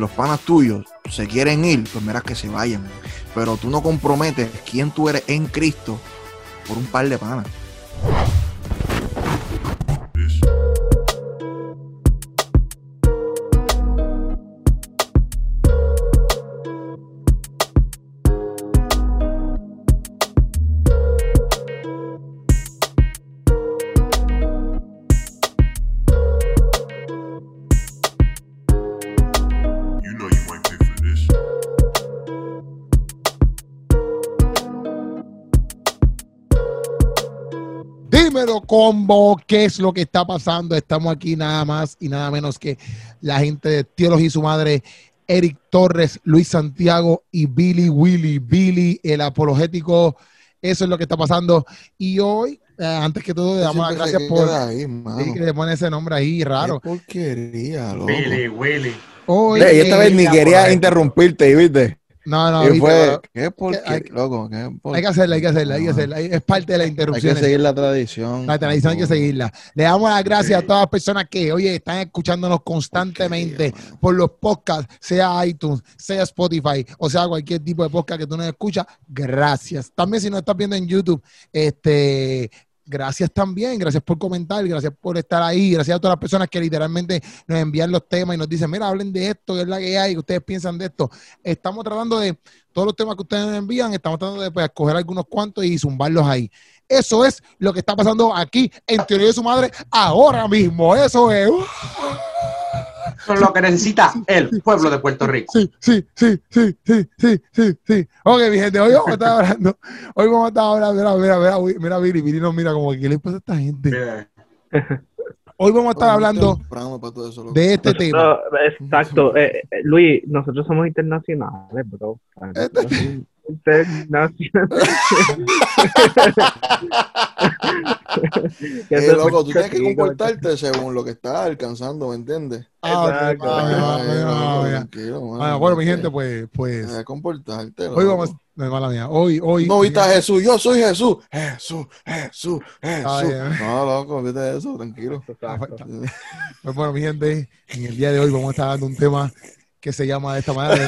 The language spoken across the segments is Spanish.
los panas tuyos se quieren ir, pues mira que se vayan. Pero tú no comprometes quién tú eres en Cristo por un par de panas. Dímelo, combo, ¿qué es lo que está pasando? Estamos aquí nada más y nada menos que la gente de Teología y su madre, Eric Torres, Luis Santiago y Billy Willy. Billy, el apologético. Eso es lo que está pasando. Y hoy, antes que todo, le damos las gracias por sí, que le pone ese nombre ahí raro. Qué porquería, loco. Billy Willy. Hoy, y esta vez ni quería interrumpirte, ¿viste? No, y fue, qué porquería, loco. Hay que hacerla. Es parte de la interrupción. Hay que seguir la tradición. La tradición hay que seguirla. Le damos las gracias a todas las personas que, oye, están escuchándonos constantemente por los podcasts, sea iTunes, sea Spotify, o sea cualquier tipo de podcast que tú nos escuchas. Gracias. También si nos estás viendo en YouTube, gracias también, gracias por comentar, gracias por estar ahí, gracias a todas las personas que literalmente nos envían los temas y nos dicen, mira, hablen de esto, que es la que hay, que ustedes piensan de esto. Estamos tratando de, todos los temas que ustedes nos envían, estamos tratando de pues, escoger algunos cuantos y zumbarlos ahí. Eso es lo que está pasando aquí en Teología de su madre ahora mismo, eso es. Eso es lo que necesita el pueblo de Puerto Rico. Sí. Ok, mi gente, hoy vamos a estar hablando, mira, Billy nos mira como, ¿qué le pasa a esta gente? Hoy vamos a estar hablando de este tema. No, exacto. Luis, nosotros somos internacionales, bro. Loco, tú tienes que comportarte según lo que estás alcanzando, ¿me entiendes? Bueno, mi gente, pues comportarte. Hoy vamos, mala mía, hoy. No, viste a Jesús, yo soy Jesús. Jesús. No, loco, viste eso, tranquilo. Pues bueno, mi gente, en el día de hoy vamos a estar dando un tema que se llama de esta manera.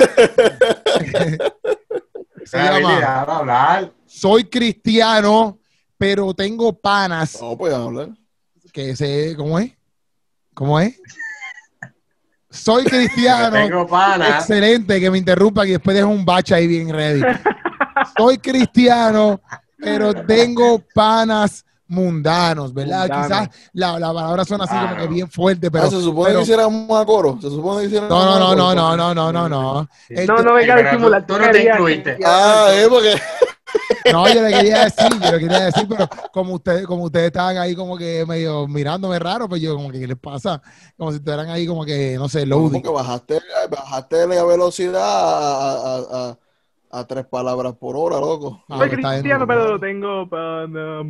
Se llama Soy cristiano, pero tengo panas. No pueden hablar. Que sé, ¿cómo es? Soy cristiano. Tengo panas. Excelente, que me interrumpa y después dejo un bache ahí bien ready. Soy cristiano, pero tengo panas mundanos, ¿verdad? Quizás la palabra suena así como que bien fuerte, pero... se supone que hiciéramos a coro. Se supone que hiciéramos No. No venga a disimular. Tú no te incluiste. Porque... No, yo le quería decir, pero como ustedes estaban ahí como que medio mirándome raro, pues yo como que, ¿qué les pasa? Como si estuvieran ahí como que, no sé, loading. Porque bajaste la velocidad a 3 palabras por hora, loco. Soy cristiano, pero tengo panas.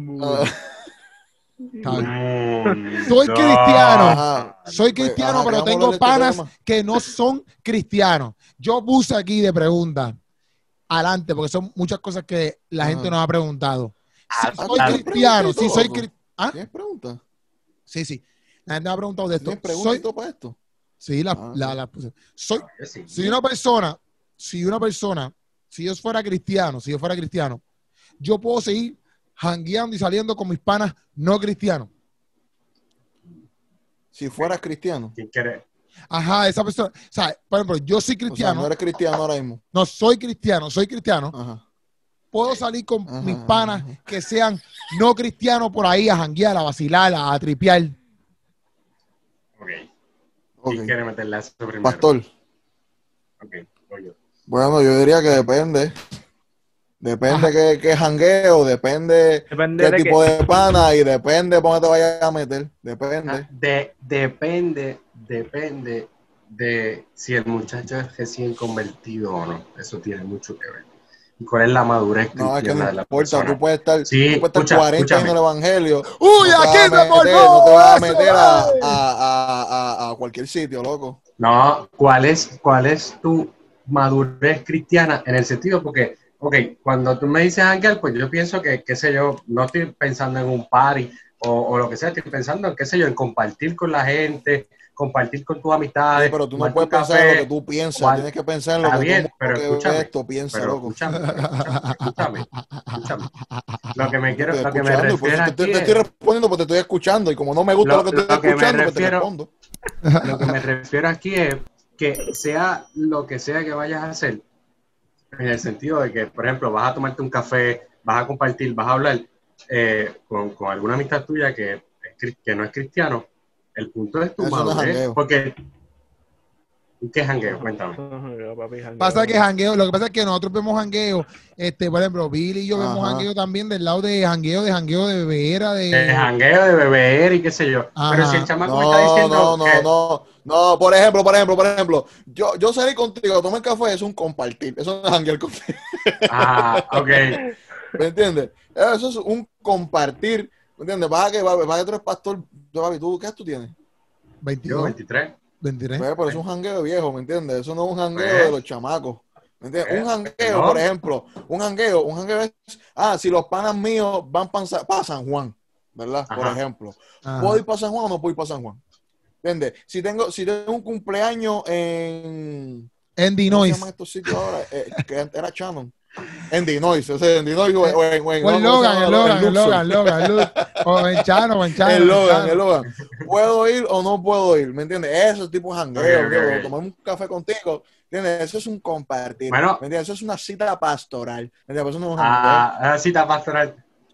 Soy cristiano, pero tengo panas que no son cristianos. Yo puse aquí de pregunta adelante, porque son muchas cosas que la gente nos ha preguntado. Soy cristiano, si soy cristiano. ¿Tienes preguntas? Sí. La gente me ha preguntado de esto. ¿Tienes preguntas para esto? Sí, la puse. Si una persona, si yo fuera cristiano, yo puedo seguir jangueando y saliendo con mis panas no cristianos. Si fueras cristiano. ¿Quién quiere? Ajá, esa persona, o sea, por ejemplo, yo soy cristiano. O sea, no eres cristiano ahora mismo. No, soy cristiano. Ajá. Puedo salir con mis panas que sean no cristianos por ahí a janguear, a vacilar, a tripear. Ok. ¿Quién quiere meterle a eso primero? Pastor. Ok, voy yo. Bueno, yo diría que depende. Depende qué jangueo, depende qué tipo de pana y depende por dónde te vayas a meter. Depende. Depende de si el muchacho es recién convertido o no. Eso tiene mucho que ver. ¿Y cuál es la madurez cristiana no, es que no de la importa, persona? tú puedes estar, Sí, tú puedes estar 40 años en el evangelio. ¡Uy, aquí se formó! No te vas a meter a cualquier sitio, loco. No, ¿cuál es tu madurez cristiana en el sentido? Porque, cuando tú me dices Ángel, pues yo pienso que, qué sé yo, no estoy pensando en un party o lo que sea, estoy pensando en, qué sé yo, en compartir con la gente, compartir con tus amistades. Sí, pero tú no puedes pensar en lo que tú piensas, tienes que pensar en lo que bien, tú pero que esto piensa, loco. Escúchame. Lo que me refiero aquí te estoy respondiendo porque te estoy escuchando y como no me gusta lo que estoy escuchando, pues te respondo. Lo que me refiero aquí es que sea lo que sea que vayas a hacer, en el sentido de que, por ejemplo, vas a tomarte un café, vas a compartir, vas a hablar con alguna amistad tuya que no es cristiano, el punto es tu madurez. Porque, ¿qué es jangueo? Cuéntame. Pasa que jangueo, lo que pasa es que nosotros vemos jangueo, por ejemplo, Billy y yo vemos jangueo también del lado de jangueo de bebera, de jangueo de beber y qué sé yo. Ajá. Pero si el chamaco me está diciendo no, por ejemplo, yo salí contigo, tomé café, es un compartir, eso no es janguear contigo. Ok. ¿Me entiendes? Eso es un compartir, ¿me entiendes? Vas a que tú eres pastor, ¿tú qué edad tú tienes? 22. Yo, 23. Pero es un jangueo viejo, ¿me entiendes? Eso no es un jangueo de los chamacos. ¿Me entiendes? Un jangueo, por ejemplo, un jangueo es, si los panas míos van para San Juan, ¿verdad? Por ejemplo. ¿Puedo ir para San Juan o no puedo ir para San Juan? ¿Entiendes? Si tengo un cumpleaños en Dinois. ¿cómo se llaman estos sitios ahora? Que era Shannon. En Dinois, en Dinois o en Logan, o en Chano, en Logan. ¿Puedo ir o no puedo ir? ¿Me entiendes? Eso tipo de jangueo. Okay. Tomar un café contigo, ¿entiendes? Eso es un compartir. Bueno, ¿me entiendes? Eso es una cita pastoral. ¿Me entiendes? Eso no es un jangueo. Una cita pastoral.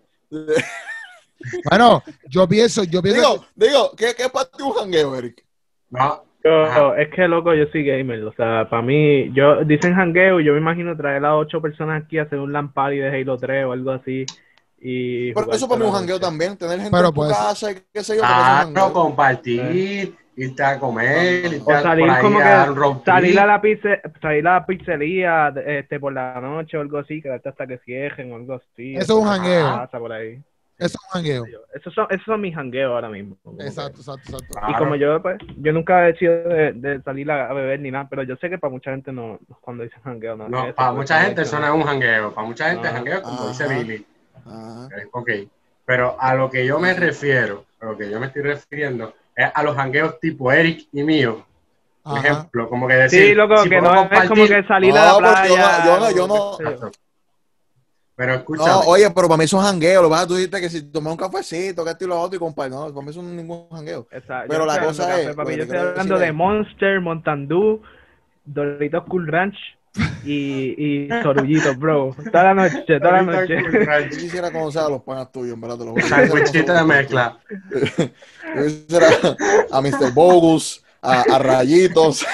Bueno, yo pienso. Digo, ¿qué es para ti un jangueo, Eric? No. Es que, loco, yo soy gamer, o sea, para mí, dicen jangueo y yo me imagino traer a 8 personas aquí a hacer un LAN party de Halo 3 o algo así. Pero eso para mí es un jangueo también, tener gente en tu casa y qué sé yo. No, compartir, irte a comer, irte o salir por ahí como que salir a la pizzería por la noche o algo así, quedarte hasta que cierren o algo así. Eso es un jangueo. Por ahí. Eso es un jangueo. Esos son mis jangueos ahora mismo. Exacto. Claro. Y como yo nunca he sido de salir a beber ni nada, pero yo sé que para mucha gente no, cuando dicen jangueo, no. No, para mucha gente eso no es un jangueo. Para mucha gente jangueo, como dice Billy. Ok. Pero a lo que yo me refiero, a lo que yo me estoy refiriendo, es a los jangueos tipo Eric y mío. Por ejemplo, como que decir. Sí, loco, que no es como que salir a la playa. Yo no. Pero escúchame. No, oye, pero para mí es un jangueo. Lo que pasa es que tú dijiste que si tomé un cafecito, que esto y lo otro y compadre. No, para mí eso no es ningún jangueo. Exacto. Pero la cosa es. Papi, yo estoy hablando de Monster, Mountain Doritos Cool Ranch y Sorullitos, bro. Toda la noche. Yo quisiera conocer a los panas tuyos, en verdad, te lo juro. Sandwichito de mezcla. Yo quisiera a Mr. Bogus, a Rayitos.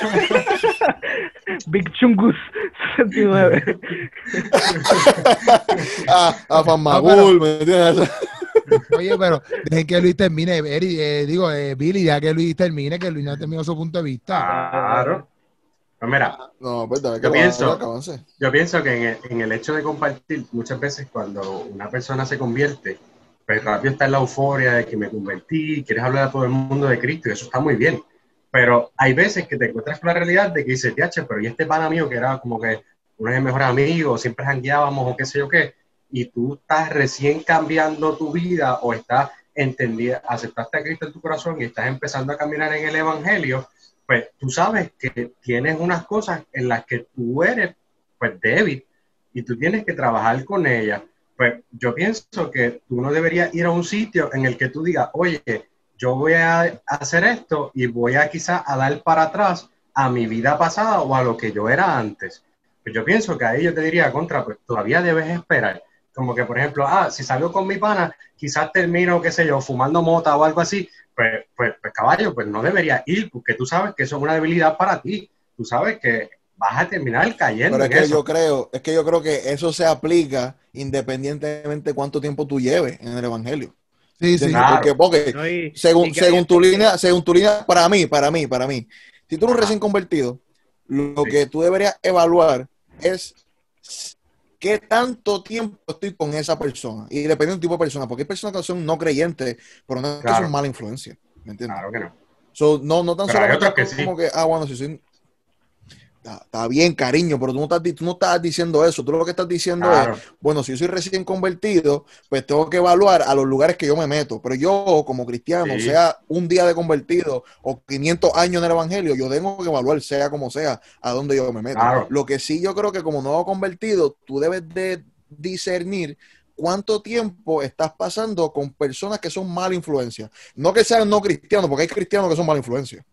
Big Chungus 69. a Famagul, ¿me entiendes? Oye, pero dejen que Luis termine, Billy, ya que Luis termine, que Luis no ha terminado su punto de vista. Claro. Pues mira, yo pienso que en el hecho de compartir, muchas veces cuando una persona se convierte, pues rápido está en la euforia de que me convertí, quieres hablar a todo el mundo de Cristo y eso está muy bien. Pero hay veces que te encuentras con la realidad de que dices, pero y este pana mío que era como que uno de mis mejores amigos, siempre jangueábamos o qué sé yo qué, y tú estás recién cambiando tu vida o estás aceptaste a Cristo en tu corazón y estás empezando a caminar en el evangelio, pues tú sabes que tienes unas cosas en las que tú eres pues débil y tú tienes que trabajar con ellas. Pues yo pienso que tú no deberías ir a un sitio en el que tú digas, oye, yo voy a hacer esto y voy a quizás a dar para atrás a mi vida pasada o a lo que yo era antes. Pues yo pienso que ahí yo te diría pues todavía debes esperar. Como que, por ejemplo, si salgo con mi pana, quizás termino, qué sé yo, fumando mota o algo así, pues caballo, pues no debería ir, porque tú sabes que eso es una debilidad para ti. Tú sabes que vas a terminar cayendo. Pero es que yo creo que eso se aplica independientemente de cuánto tiempo tú lleves en el evangelio. Sí, claro. Porque según tu línea, para mí, si tú eres un recién convertido, lo que tú deberías evaluar es qué tanto tiempo estoy con esa persona. Y dependiendo del tipo de persona, porque hay personas que son no creyentes, pero no es que son mala influencia. ¿Me entiendes? Claro que no. No tan solo que sí. como que, bueno, si soy. Está bien, cariño, pero tú no estás diciendo eso. Tú lo que estás diciendo es, bueno, si yo soy recién convertido, pues tengo que evaluar a los lugares que yo me meto. Pero yo, como cristiano, sea un día de convertido o 500 años en el evangelio, yo tengo que evaluar, sea como sea, a dónde yo me meto. Lo que sí yo creo que como nuevo convertido, tú debes de discernir cuánto tiempo estás pasando con personas que son mala influencia. No que sean no cristianos, porque hay cristianos que son mala influencia.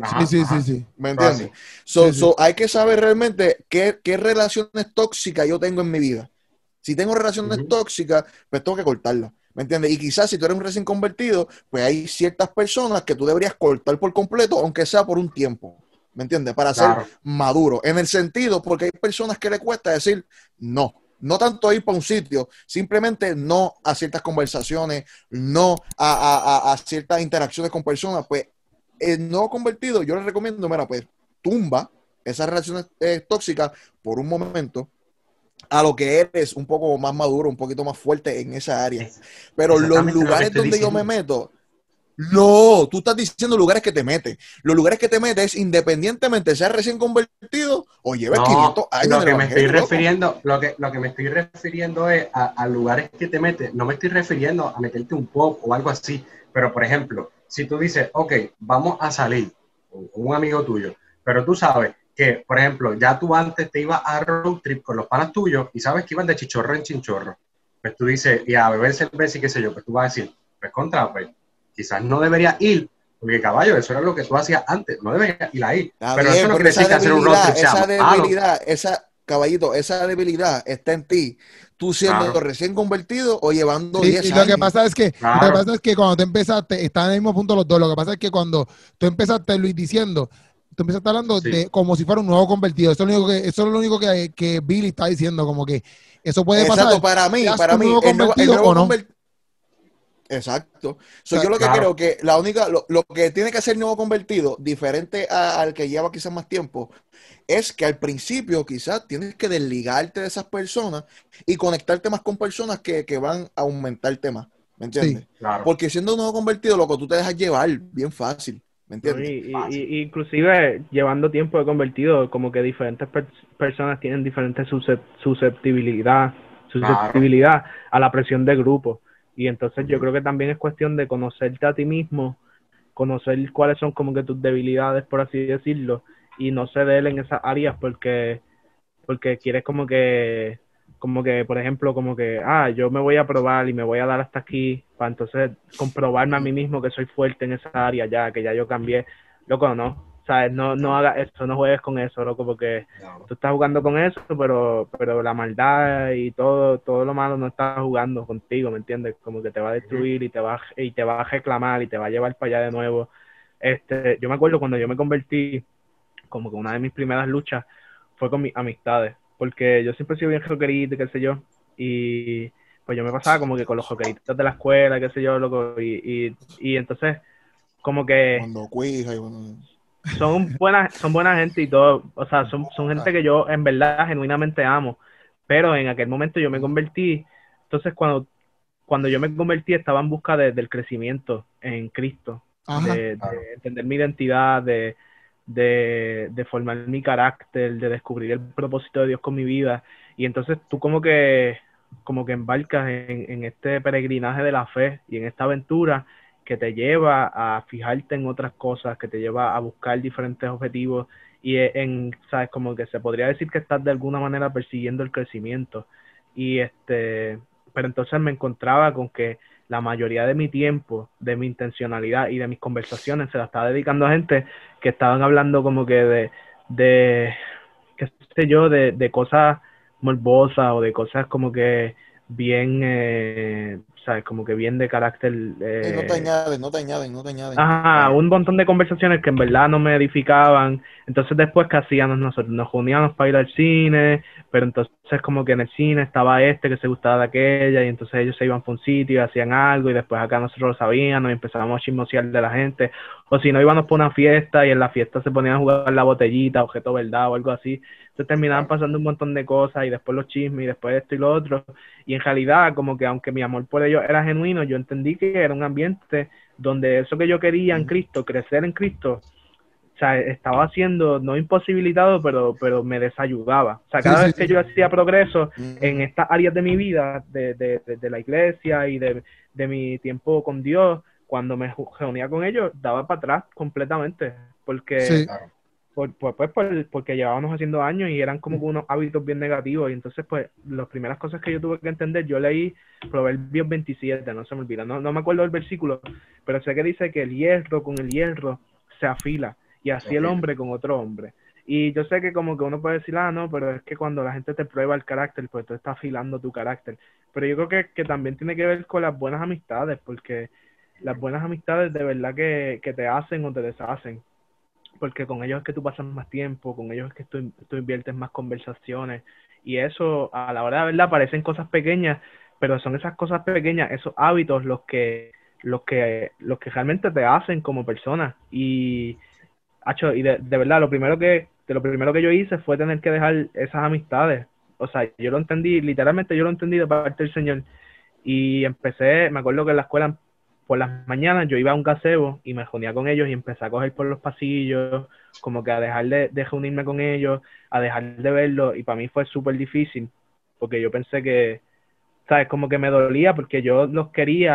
Sí. ¿Me entiendes? Hay que saber realmente qué relaciones tóxicas yo tengo en mi vida. Si tengo relaciones tóxicas, pues tengo que cortarlas. ¿Me entiendes? Y quizás si tú eres un recién convertido, pues hay ciertas personas que tú deberías cortar por completo, aunque sea por un tiempo. ¿Me entiendes? Para ser maduro. En el sentido, porque hay personas que le cuesta decir no. No tanto ir para un sitio, simplemente no a ciertas conversaciones, no a ciertas interacciones con personas. Pues el nuevo convertido, yo les recomiendo, mira, pues tumba esas relaciones tóxicas por un momento a lo que eres un poco más maduro, un poquito más fuerte en esa área. Pero los lugares donde yo me meto, no, tú estás diciendo lugares que te metes. Los lugares que te metes, independientemente seas recién convertido o lleves 500 años lo en que el me estoy evangelio, refiriendo, lo que me estoy refiriendo es a lugares que te metes. No me estoy refiriendo a meterte un pop o algo así. Pero, por ejemplo, si tú dices, ok, vamos a salir con un amigo tuyo, pero tú sabes que, por ejemplo, ya tú antes te ibas a road trip con los panas tuyos y sabes que iban de chichorro en chinchorro. Pues tú dices, y a beber cerveza y qué sé yo, pues tú vas a decir, pues pues quizás no debería ir, porque caballo, eso era lo que tú hacías antes, no debería ir ahí. Pero eso no quiere decir que hacer un road trip sea malo. Caballito, esa debilidad está en ti. Tú siendo recién convertido o llevando 10 años. Lo que pasa es que cuando tú empezaste, están en el mismo punto los dos. Lo que pasa es que cuando tú empezaste, Luis, diciendo, tú empezaste hablando de como si fuera un nuevo convertido. Eso es lo único que Billy está diciendo, como que eso puede pasar. Exacto, para mí, el nuevo convertido. Exacto. Yo lo que creo que lo que tiene que hacer el nuevo convertido, diferente al que lleva quizás más tiempo, es que al principio quizás tienes que desligarte de esas personas y conectarte más con personas que van a aumentarte más. ¿Me entiendes? Sí, claro. Porque siendo un nuevo convertido, lo que tú te dejas llevar bien fácil. ¿Me entiendes? Y inclusive llevando tiempo de convertido, como que diferentes personas tienen diferentes susceptibilidad a la presión de grupo. Y entonces yo creo que también es cuestión de conocerte a ti mismo, conocer cuáles son como que tus debilidades, por así decirlo, y no ceder en esas áreas porque quieres como que, por ejemplo, como que, yo me voy a probar y me voy a dar hasta aquí para entonces comprobarme a mí mismo que soy fuerte en esa área ya, que ya yo cambié. Loco, no. ¿Sabes? No hagas eso, no juegues con eso, loco, porque tú estás jugando con eso, pero la maldad y todo lo malo no estás jugando contigo, ¿me entiendes? Como que te va a destruir y te va a reclamar y te va a llevar para allá de nuevo. Yo me acuerdo cuando yo me convertí, como que una de mis primeras luchas fue con mis amistades, porque yo siempre he sido bien rockerito, qué sé yo, y pues yo me pasaba como que con los rockeritos de la escuela, qué sé yo, loco, y entonces como que cuando cuija y son buena gente y todo, o sea, son gente que yo en verdad genuinamente amo, pero en aquel momento yo me convertí, entonces cuando yo me convertí estaba en busca del crecimiento en Cristo, de entender mi identidad, de formar mi carácter, de descubrir el propósito de Dios con mi vida, y entonces tú como que embarcas en este peregrinaje de la fe y en esta aventura que te lleva a fijarte en otras cosas, que te lleva a buscar diferentes objetivos y sabes, como que se podría decir que estás de alguna manera persiguiendo el crecimiento y pero entonces me encontraba con que la mayoría de mi tiempo, de mi intencionalidad y de mis conversaciones se la estaba dedicando a gente que estaban hablando como que de qué sé yo, de cosas morbosas o de cosas como que bien, ¿sabes? Como que bien de carácter. No te añaden. Ajá, un montón de conversaciones que en verdad no me edificaban. Entonces después, ¿qué hacíamos nosotros? Nos reuníamos para ir al cine, pero entonces como que en el cine estaba que se gustaba de aquella y entonces ellos se iban por un sitio y hacían algo y después acá nosotros lo sabíamos y empezábamos a chismosear de la gente. O si no, íbamos por una fiesta y en la fiesta se ponían a jugar la botellita, objeto verdad o algo así. Entonces terminaban pasando un montón de cosas y después los chismes y después esto y lo otro. Y en realidad, como que aunque mi amor por ellos era genuino, yo entendí que era un ambiente donde eso que yo quería en Cristo, crecer en Cristo, sea, estaba haciendo, no imposibilitado, pero me desayudaba. O sea, cada vez que yo hacía progreso en estas áreas de mi vida, de la iglesia y de mi tiempo con Dios, cuando me reunía con ellos, daba para atrás completamente, porque porque llevábamos haciendo años y eran como unos hábitos bien negativos, y entonces pues las primeras cosas que yo tuve que entender, yo leí Proverbios 27, no se me olvida, no me acuerdo del versículo, pero sé que dice que el hierro con el hierro se afila, y así el hombre con otro hombre. Y yo sé que como que uno puede decir, no, pero es que cuando la gente te prueba el carácter, pues tú estás afilando tu carácter. Pero yo creo que también tiene que ver con las buenas amistades, porque las buenas amistades de verdad que te hacen o te deshacen. Porque con ellos es que tú pasas más tiempo, con ellos es que tú inviertes más conversaciones, y eso a la hora de verdad parecen cosas pequeñas, pero son esas cosas pequeñas, esos hábitos los que realmente te hacen como persona. Y de verdad lo primero que yo hice fue tener que dejar esas amistades. O sea, yo lo entendí, literalmente yo lo entendí de parte del Señor, y me acuerdo que en la escuela por las mañanas yo iba a un gazebo y me reunía con ellos y empecé a coger por los pasillos, como que a dejar de reunirme con ellos, a dejar de verlos, y para mí fue súper difícil, porque yo pensé que, ¿sabes? Como que me dolía porque yo los quería,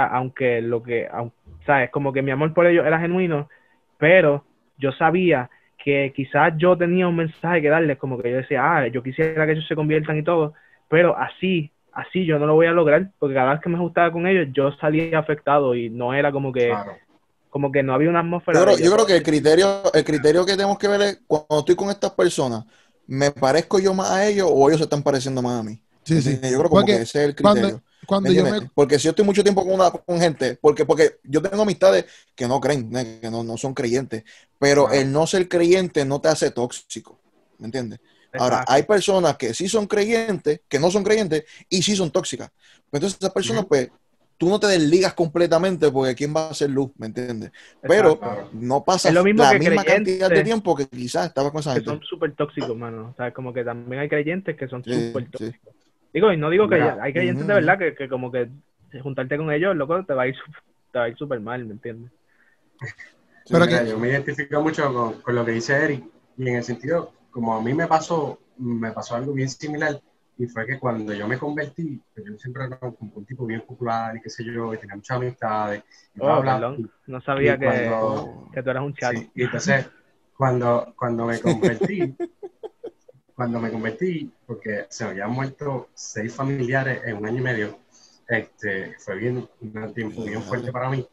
¿sabes? Como que mi amor por ellos era genuino, pero yo sabía que quizás yo tenía un mensaje que darles, como que yo decía, yo quisiera que ellos se conviertan y todo, pero así yo no lo voy a lograr, porque cada vez que me juntaba con ellos, yo salía afectado y no era como que, como que no había una atmósfera. Yo creo que el criterio que tenemos que ver es, cuando estoy con estas personas, ¿me parezco yo más a ellos o ellos se están pareciendo más a mí? Sí, sí. Yo creo como que ese es el criterio. Porque si yo estoy mucho tiempo con gente, porque yo tengo amistades que no creen, que no son creyentes, pero el no ser creyente no te hace tóxico, ¿me entiendes? Ahora, hay personas que sí son creyentes, que no son creyentes y sí son tóxicas. Entonces, esas personas, pues, tú no te desligas completamente porque ¿quién va a hacer luz? ¿Me entiendes? Pero no pasas la misma cantidad de tiempo que quizás estabas con esa gente. Son súper tóxicos, mano. O sea, como que también hay creyentes que son súper tóxicos. Digo, y no digo que hay creyentes de verdad que como que juntarte con ellos, loco, te va a ir súper mal, ¿me entiendes? Pero yo me identifico mucho con lo que dice Eric, y en el sentido, como a mí me pasó algo bien similar, y fue que cuando yo me convertí, pues yo siempre era como un tipo bien popular y qué sé yo, y tenía muchas amistades. Y perdón, no sabía que tú eras un chato. Sí, y entonces, cuando me convertí, porque se me habían muerto 6 familiares en 1 año y medio, fue un tiempo bien fuerte para mí.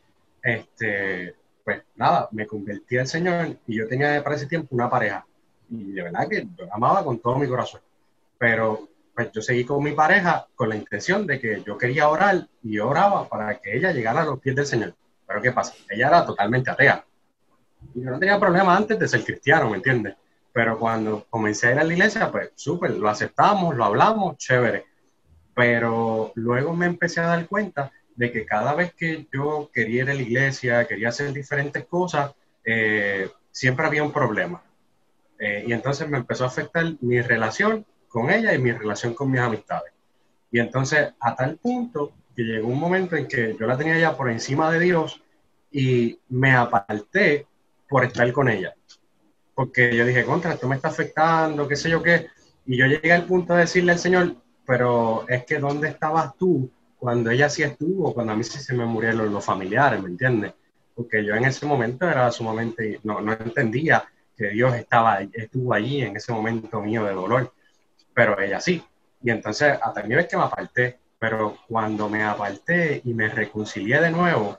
Pues nada, me convertí al Señor y yo tenía para ese tiempo una pareja. Y de verdad que yo amaba con todo mi corazón. Pero pues yo seguí con mi pareja con la intención de que yo quería orar, y yo oraba para que ella llegara a los pies del Señor. Pero ¿qué pasa? Ella era totalmente atea. Y yo no tenía problema antes de ser cristiano, ¿me entiendes? Pero cuando comencé a ir a la iglesia, pues súper, lo aceptamos, lo hablamos, chévere. Pero luego me empecé a dar cuenta de que cada vez que yo quería ir a la iglesia, quería hacer diferentes cosas, siempre había un problema. Y entonces me empezó a afectar mi relación con ella y mi relación con mis amistades. Y entonces, a tal punto que llegó un momento en que yo la tenía ya por encima de Dios y me aparté por estar con ella. Porque yo dije, contra, esto me está afectando, qué sé yo qué. Y yo llegué al punto de decirle al Señor, pero es que ¿dónde estabas tú cuando ella sí estuvo, cuando a mí sí se me murieron los familiares, ¿me entiendes? Porque yo en ese momento era sumamente, no entendía que Dios estuvo allí en ese momento mío de dolor, pero ella sí. Y entonces, hasta el nivel que me aparté, pero cuando me aparté y me reconcilié de nuevo,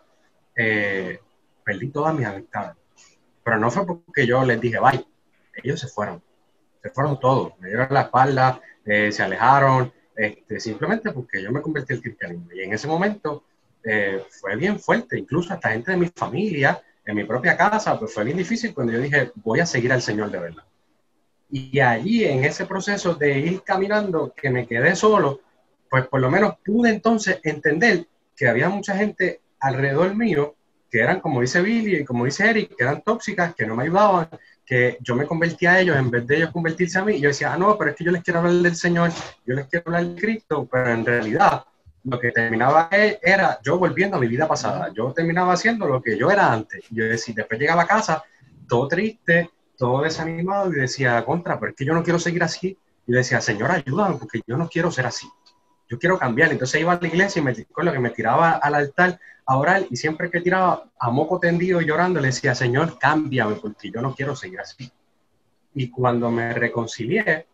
perdí todas mis amistades. Pero no fue porque yo les dije, bye, ellos se fueron todos, me dieron la espalda, se alejaron, simplemente porque yo me convertí al cristianismo. Y en ese momento fue bien fuerte, incluso hasta gente de mi familia, en mi propia casa, pues fue bien difícil cuando yo dije, voy a seguir al Señor de verdad. Y allí, en ese proceso de ir caminando, que me quedé solo, pues por lo menos pude entonces entender que había mucha gente alrededor mío que eran, como dice Billy y como dice Eric, que eran tóxicas, que no me ayudaban, que yo me convertía a ellos en vez de ellos convertirse a mí. Y yo decía, no, pero es que yo les quiero hablar del Señor, yo les quiero hablar de Cristo, pero en realidad lo que terminaba era yo volviendo a mi vida pasada. Yo terminaba haciendo lo que yo era antes. Yo decía, después llegaba a casa todo triste, todo desanimado y decía, contra, pero es que yo no quiero seguir así. Y decía, Señor, ayúdame, porque yo no quiero ser así. Yo quiero cambiar. Entonces iba a la iglesia y me tiraba al altar a orar, y siempre que tiraba a moco tendido y llorando, le decía, Señor, cámbiame, porque yo no quiero seguir así. Y cuando me reconcilié,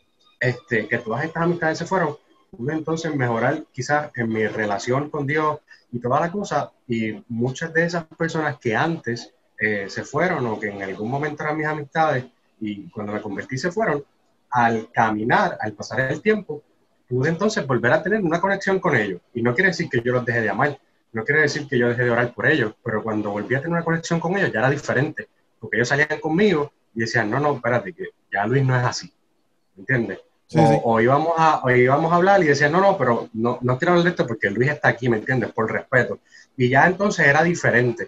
que todas estas amistades se fueron, pude entonces mejorar quizás en mi relación con Dios y toda la cosa, y muchas de esas personas que antes se fueron, o que en algún momento eran mis amistades, y cuando me convertí se fueron, al caminar, al pasar el tiempo, pude entonces volver a tener una conexión con ellos. Y no quiere decir que yo los deje de amar, no quiere decir que yo dejé de orar por ellos, pero cuando volví a tener una conexión con ellos ya era diferente, porque ellos salían conmigo y decían, no, espérate, que ya Luis no es así, ¿entiendes? Sí, o íbamos a hablar y decían, no, pero no quiero hablar de esto porque Luis está aquí, ¿me entiendes? Por respeto. Y ya entonces era diferente.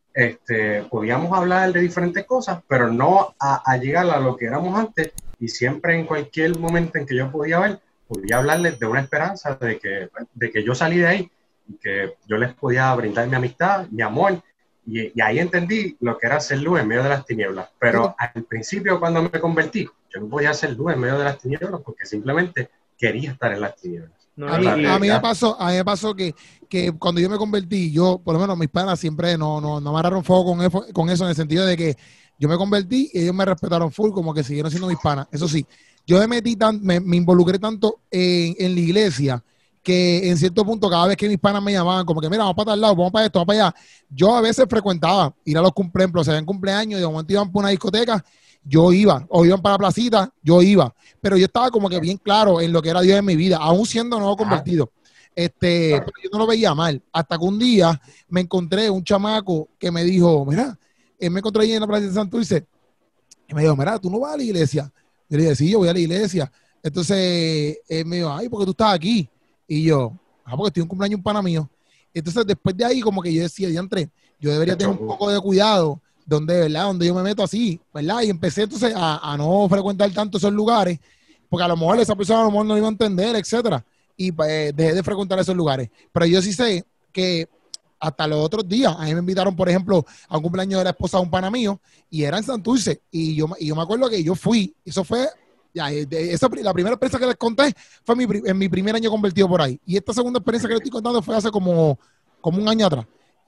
Podíamos hablar de diferentes cosas, pero no a llegar a lo que éramos antes, y siempre en cualquier momento en que yo podía hablarles de una esperanza de que yo salí de ahí y que yo les podía brindar mi amistad, mi amor, y ahí entendí lo que era ser luz en medio de las tinieblas. Pero al principio, cuando me convertí, yo no podía ser luz en medio de las tinieblas porque simplemente quería estar en las tinieblas. No, A mí me pasó que cuando yo me convertí, yo, por lo menos mis panas siempre no me agarraron fuego con eso, en el sentido de que yo me convertí y ellos me respetaron full, como que siguieron siendo mis panas. Eso sí, yo me involucré tanto en la iglesia, que en cierto punto, cada vez que mis panas me llamaban, como que mira, vamos para tal lado, vamos para esto, vamos para allá, yo a veces frecuentaba ir a los cumpleaños, o sea, en cumpleaños, y de momento iban por una discoteca, yo iba, o iban para la placita, yo iba, pero yo estaba como que bien claro en lo que era Dios en mi vida, aún siendo nuevo convertido. Pero yo no lo veía mal, hasta que un día me encontré un chamaco que me dijo, mira, él me encontró ahí en la plaza de Santurce, y me dijo, mira, ¿tú no vas a la iglesia? Yo le dije, sí, yo voy a la iglesia. Entonces, él me dijo, ay, ¿por qué tú estás aquí? Y yo, porque estoy en un cumpleaños un pana mío. Entonces, después de ahí, como que yo decía, diantre, yo debería tener un poco de cuidado ¿verdad? Donde yo me meto así, ¿verdad? Y empecé entonces a no frecuentar tanto esos lugares, porque a lo mejor esa persona a lo mejor no iba a entender, etcétera. Y pues dejé de frecuentar esos lugares. Pero yo sí sé que hasta los otros días, a mí me invitaron, por ejemplo, a un cumpleaños de la esposa de un pana mío, y era en Santurce, y yo me acuerdo que yo fui, eso fue, ya, la primera experiencia que les conté fue en mi primer año convertido por ahí, y esta segunda experiencia que les estoy contando fue hace como un año atrás,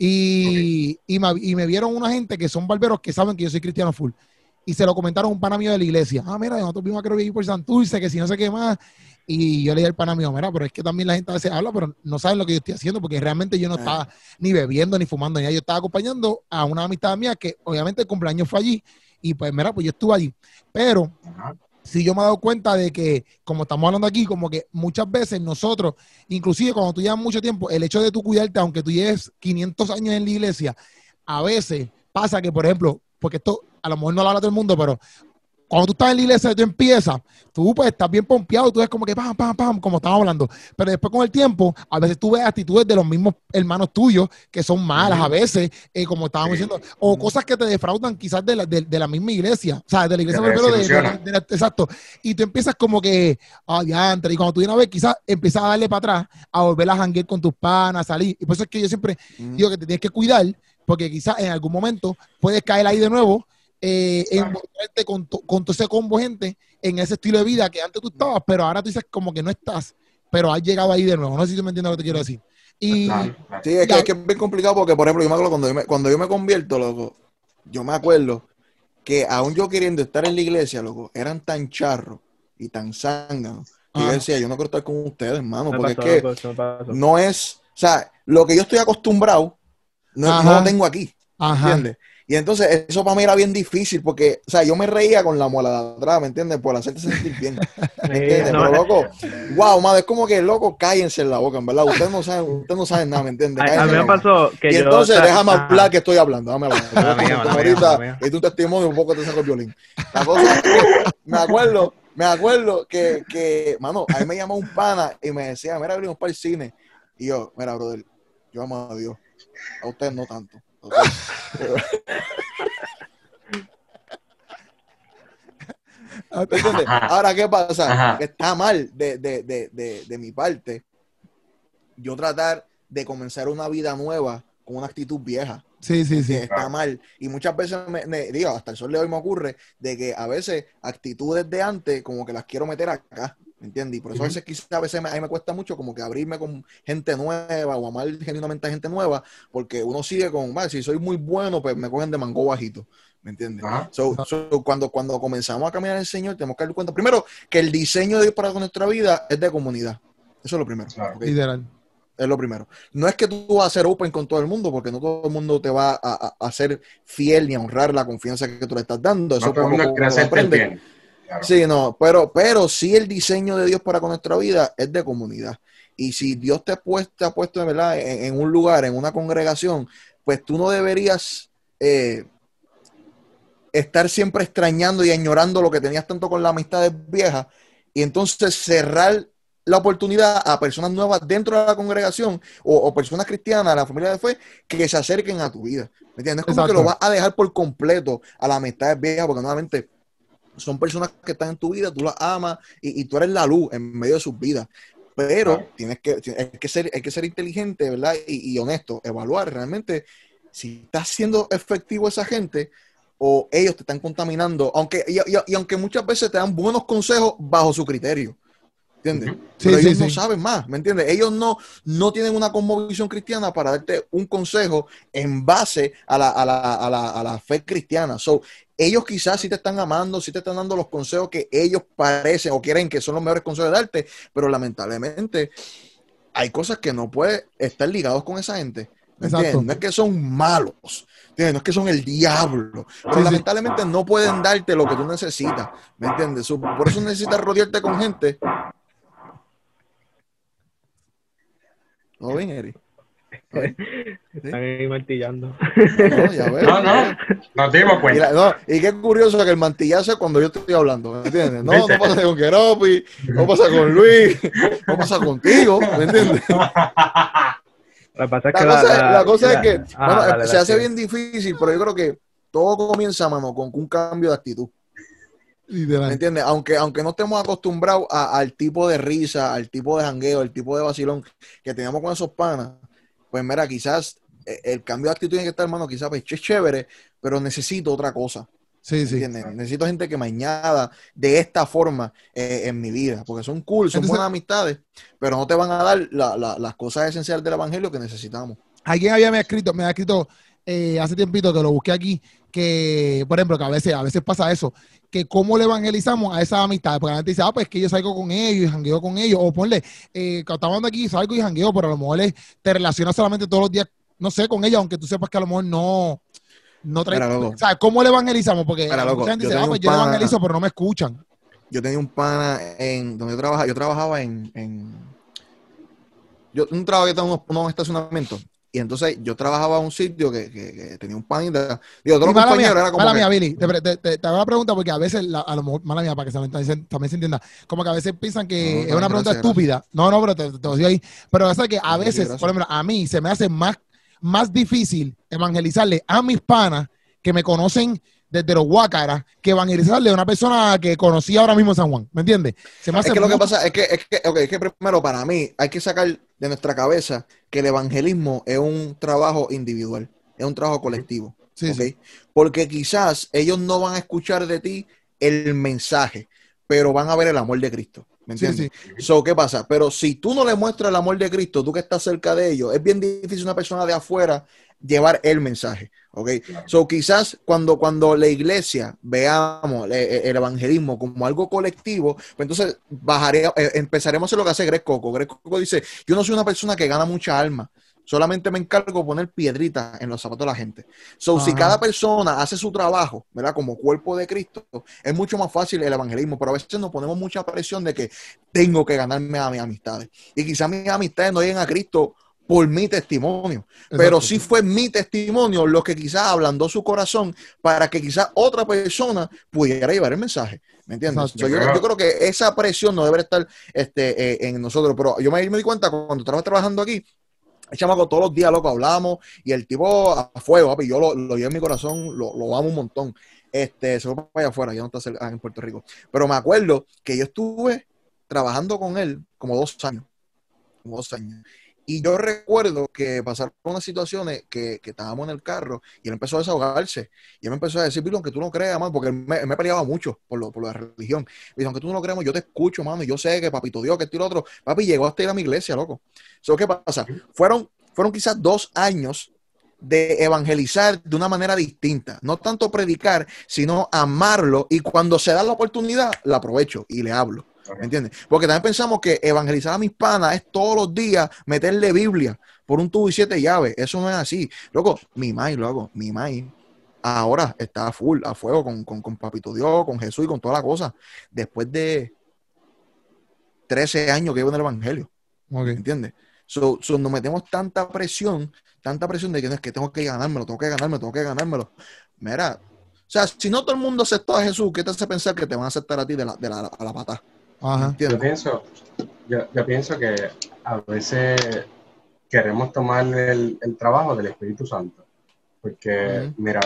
y me vieron una gente que son barberos que saben que yo soy cristiano full, y se lo comentaron a un pana mío de la iglesia, mira, nosotros vimos a creo que ir por Santurce, que si no sé qué más. Y yo le dije al pana mío, mira, pero es que también la gente a veces habla, pero no saben lo que yo estoy haciendo, porque realmente yo no estaba ni bebiendo, ni fumando, ni nada. Yo estaba acompañando a una amistad mía que obviamente el cumpleaños fue allí, y pues mira, pues yo estuve allí. Pero sí yo me he dado cuenta de que, como estamos hablando aquí, como que muchas veces nosotros, inclusive cuando tú llevas mucho tiempo, el hecho de tú cuidarte, aunque tú lleves 500 años en la iglesia, a veces pasa que, por ejemplo, porque esto a lo mejor no lo habla todo el mundo, pero cuando tú estás en la iglesia, tú empiezas, tú pues estás bien pompeado, tú ves como que pam, pam, pam, como estamos hablando. Pero después con el tiempo, a veces tú ves actitudes de los mismos hermanos tuyos que son malas a veces, como estábamos diciendo, o cosas que te defraudan quizás de la misma iglesia, o sea, de la iglesia, pero exacto. Y tú empiezas como que, diantre, y cuando tú vienes a ver, quizás empiezas a darle para atrás, a volver a janguear con tus panas, a salir. Y por eso es que yo siempre digo que te tienes que cuidar, porque quizás en algún momento puedes caer ahí de nuevo, envolverte con todo ese combo gente en ese estilo de vida que antes tú estabas, pero ahora tú dices como que no estás, pero has llegado ahí de nuevo. No sé si tú me entiendes lo que te quiero decir. Y sí, es que es bien complicado porque, por ejemplo, yo me acuerdo cuando yo me convierto, loco, yo me acuerdo que aún yo queriendo estar en la iglesia, loco, eran tan charros y tan zánganos que yo decía, yo no quiero estar con ustedes, hermano, porque es que no es, o sea, lo que yo estoy acostumbrado no lo tengo aquí, ¿entiendes? Y entonces eso para mí era bien difícil porque, o sea, yo me reía con la muela de atrás, ¿me entiendes? Por hacerte sentir bien, ¿me entiendes? Pero loco, wow, madre, es como que, loco, cállense en la boca, en verdad. Ustedes no saben nada, ¿me entiendes? A mí me pasó que y entonces déjame hablar que estoy hablando, déjame hablar. Ahorita, y tú un testimonio, un poco te saco el violín. La cosa es que me acuerdo que, mano, a mí me llamó un pana y me decía, mira, abrimos para el cine. Y yo, mira, brother, yo amo a Dios, a ustedes no tanto. Ahora, ¿qué pasa? Que está mal de mi parte yo tratar de comenzar una vida nueva con una actitud vieja. Sí. Está mal. Y muchas veces, digo, hasta el sol de hoy me ocurre de que a veces actitudes de antes como que las quiero meter acá, ¿me entiendes? Y por eso a veces quizás a veces a mí me cuesta mucho como que abrirme con gente nueva o amar genuinamente a gente nueva, porque uno sigue con, si soy muy bueno, pues me cogen de mango bajito, ¿me entiendes? Cuando comenzamos a caminar en el Señor, tenemos que dar cuenta, primero, que el diseño de Dios para nuestra vida es de comunidad. Eso es lo primero. ¿Okay? Literal. Es lo primero. No es que tú vas a ser open con todo el mundo, porque no todo el mundo te va a ser fiel ni a honrar la confianza que tú le estás dando. Eso todo el mundo quiere hacerte el bien. Claro. Sí, no, pero sí el diseño de Dios para con nuestra vida es de comunidad. Y si Dios te ha puesto de verdad en un lugar, en una congregación, pues tú no deberías estar siempre extrañando y añorando lo que tenías tanto con las amistades viejas y entonces cerrar la oportunidad a personas nuevas dentro de la congregación o personas cristianas, a la familia de fe, que se acerquen a tu vida. ¿Me entiendes? No es como que lo vas a dejar por completo a las amistades viejas, porque nuevamente son personas que están en tu vida, tú las amas y tú eres la luz en medio de sus vidas. Pero hay que ser inteligente, ¿verdad? Y honesto, evaluar realmente si está siendo efectivo esa gente o ellos te están contaminando, y aunque muchas veces te dan buenos consejos bajo su criterio. ¿Entiendes? Pero ellos no saben más, ¿me entiendes? Ellos no tienen una cosmovisión cristiana para darte un consejo en base a la fe cristiana. Ellos quizás sí te están amando, sí te están dando los consejos que ellos parecen o quieren que son los mejores consejos de darte, pero lamentablemente hay cosas que no puedes estar ligados con esa gente. ¿Me entiendes? No es que son malos, ¿entiendes? No es que son el diablo, pero lamentablemente no pueden darte lo que tú necesitas, ¿me entiendes? Por eso necesitas rodearte con gente. ¿Todo bien, Eri? Están ahí martillando. No, ya ves. No te dimos cuenta. Y qué curioso que el martillazo es cuando yo estoy hablando, ¿me entiendes? No pasa con Keropi, no pasa con Luis, no pasa contigo, ¿me entiendes? La cosa es que se hace bien difícil, pero yo creo que todo comienza, mano, con un cambio de actitud. ¿Me entiendes? Aunque no estemos acostumbrados al tipo de risa, al tipo de jangueo, al tipo de vacilón que teníamos con esos panas, pues mira, quizás el cambio de actitud tiene que estar, hermano, quizás pues, es chévere, pero necesito otra cosa. Necesito gente que me añada de esta forma en mi vida, porque son cool, son buenas amistades, pero no te van a dar las cosas esenciales del evangelio que necesitamos. Alguien me ha escrito hace tiempito que lo busqué aquí, que, por ejemplo, que a veces pasa eso, que cómo le evangelizamos a esas amistades, porque la gente dice, pues que yo salgo con ellos y jangueo con ellos, o ponle, que estamos hablando aquí, salgo y jangueo, pero a lo mejor te relacionas solamente todos los días, no sé, con ellos, aunque tú sepas que a lo mejor no trae, o sea, ¿cómo le evangelizamos? Porque mucha gente dice, pues yo le evangelizo, pero no me escuchan. Yo tenía un pana donde yo trabajaba en un trabajo que estaba en unos estacionamientos. Y entonces yo trabajaba en un sitio que tenía un panita. Digo, todos los compañeros era como. Mala mía, Billy. Te hago una pregunta porque a veces, a lo mejor, mala mía, para que también se entienda, como que a veces piensan que es una pregunta estúpida. No, pero te lo digo ahí. Pero es que a veces, por ejemplo, a mí se me hace más difícil evangelizarle a mis panas que me conocen desde los Guácaras que evangelizarle a una persona que conocí ahora mismo en San Juan. ¿Me entiendes? Es que lo que pasa es que primero para mí hay que sacar de nuestra cabeza que el evangelismo es un trabajo individual, es un trabajo colectivo. Sí. Porque quizás ellos no van a escuchar de ti el mensaje, pero van a ver el amor de Cristo. ¿Me entiendes? ¿Qué pasa? Pero si tú no le muestras el amor de Cristo, tú que estás cerca de ellos, es bien difícil una persona de afuera llevar el mensaje, ¿ok? Quizás cuando la iglesia veamos el evangelismo como algo colectivo, pues entonces empezaremos a hacer lo que hace Greg Coco. Greg Coco dice, yo no soy una persona que gana mucha alma, solamente me encargo de poner piedritas en los zapatos de la gente. Si cada persona hace su trabajo, ¿verdad? Como cuerpo de Cristo, es mucho más fácil el evangelismo, pero a veces nos ponemos mucha presión de que tengo que ganarme a mis amistades. Y quizás mis amistades no lleguen a Cristo por mi testimonio, pero sí fue mi testimonio lo que quizás ablandó su corazón para que quizás otra persona pudiera llevar el mensaje, ¿me entiendes? Yo creo que esa presión no debe estar en nosotros, pero yo me di cuenta cuando estaba trabajando aquí, el chamaco todos los días, loco, hablamos y el tipo a fuego, papi, yo lo llevo en mi corazón, lo amo un montón. Se fue para allá afuera, ya no está en Puerto Rico, pero me acuerdo que yo estuve trabajando con él como 2 años. Y yo recuerdo que pasaron unas situaciones que estábamos en el carro y él empezó a desahogarse. Y él me empezó a decir, Billy, aunque tú no creas, mano, porque él me peleaba mucho por la religión. Me dijo, aunque tú no lo creas, yo te escucho, mano, y yo sé que papito Dios, que esto y lo otro. Papi llegó hasta ir a mi iglesia, loco. ¿Qué pasa? Fueron quizás 2 años de evangelizar de una manera distinta. No tanto predicar, sino amarlo. Y cuando se da la oportunidad, la aprovecho y le hablo. ¿Me entiendes? Porque también pensamos que evangelizar a mis panas es todos los días meterle Biblia por un tubo y 7 llaves. Eso no es así. Loco, mi maíz ahora está full, a fuego con Papito Dios, con Jesús y con toda la cosa. Después de 13 años que llevo en el evangelio. ¿Me entiendes? Nos metemos tanta presión de que no es que tengo que ganármelo. Mira, o sea, si no todo el mundo aceptó a Jesús, ¿qué te hace pensar que te van a aceptar a ti a la patada? Ajá. Yo pienso que a veces queremos tomar el trabajo del Espíritu Santo, porque mira,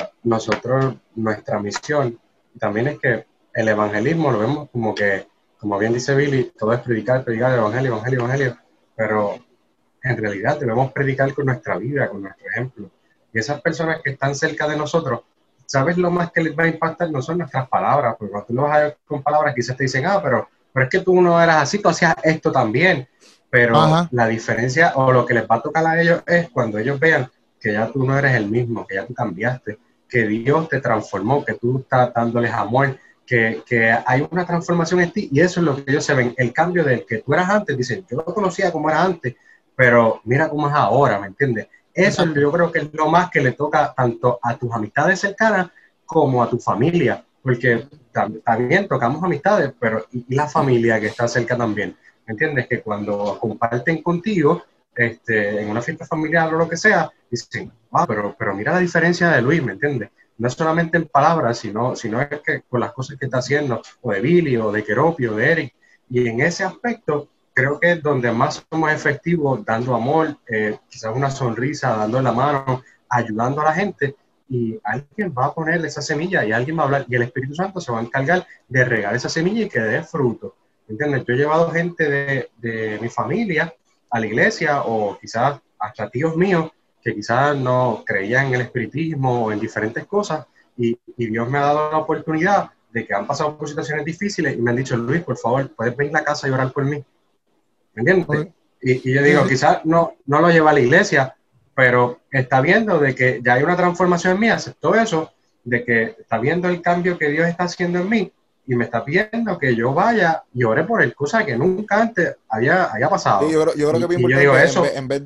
nuestra misión también es que el evangelismo lo vemos como que, como bien dice Billy, todo es predicar el evangelio, pero en realidad debemos predicar con nuestra vida, con nuestro ejemplo. Y esas personas que están cerca de nosotros, ¿sabes lo más que les va a impactar? No son nuestras palabras, porque cuando tú lo vas a ver con palabras, quizás te dicen, pero es que tú no eras así, tú hacías esto también. Pero la diferencia o lo que les va a tocar a ellos es cuando ellos vean que ya tú no eres el mismo, que ya tú cambiaste, que Dios te transformó, que tú estás dándoles amor, que hay una transformación en ti, y eso es lo que ellos se ven, el cambio del que tú eras antes. Dicen, yo lo conocía como era antes, pero mira cómo es ahora, ¿me entiendes? Eso yo creo que es lo más que le toca tanto a tus amistades cercanas como a tu familia, porque también tocamos amistades, pero y la familia que está cerca también, ¿me entiendes? Que cuando comparten contigo en una fiesta familiar o lo que sea, dicen, pero mira la diferencia de Luis, ¿me entiendes? No solamente en palabras, sino es que con las cosas que está haciendo, o de Billy, o de Keropi, o de Eric, y en ese aspecto creo que es donde más somos efectivos, dando amor, quizás una sonrisa, dando la mano, ayudando a la gente, y alguien va a poner esa semilla y alguien va a hablar, y el Espíritu Santo se va a encargar de regar esa semilla y que dé fruto. ¿Entiendes? Yo he llevado gente de mi familia a la iglesia, o quizás hasta tíos míos que quizás no creían en el espiritismo o en diferentes cosas, y Dios me ha dado la oportunidad de que han pasado por situaciones difíciles y me han dicho, Luis, por favor, puedes venir a la casa y orar por mí. ¿Me entiendes? Y yo digo, quizás no lo lleva a la iglesia, pero está viendo de que ya hay una transformación en mí, aceptó eso, de que está viendo el cambio que Dios está haciendo en mí, y me está pidiendo que yo vaya y ore por él, cosa que nunca antes había pasado. Sí, yo creo que es bien importante, digo eso, en vez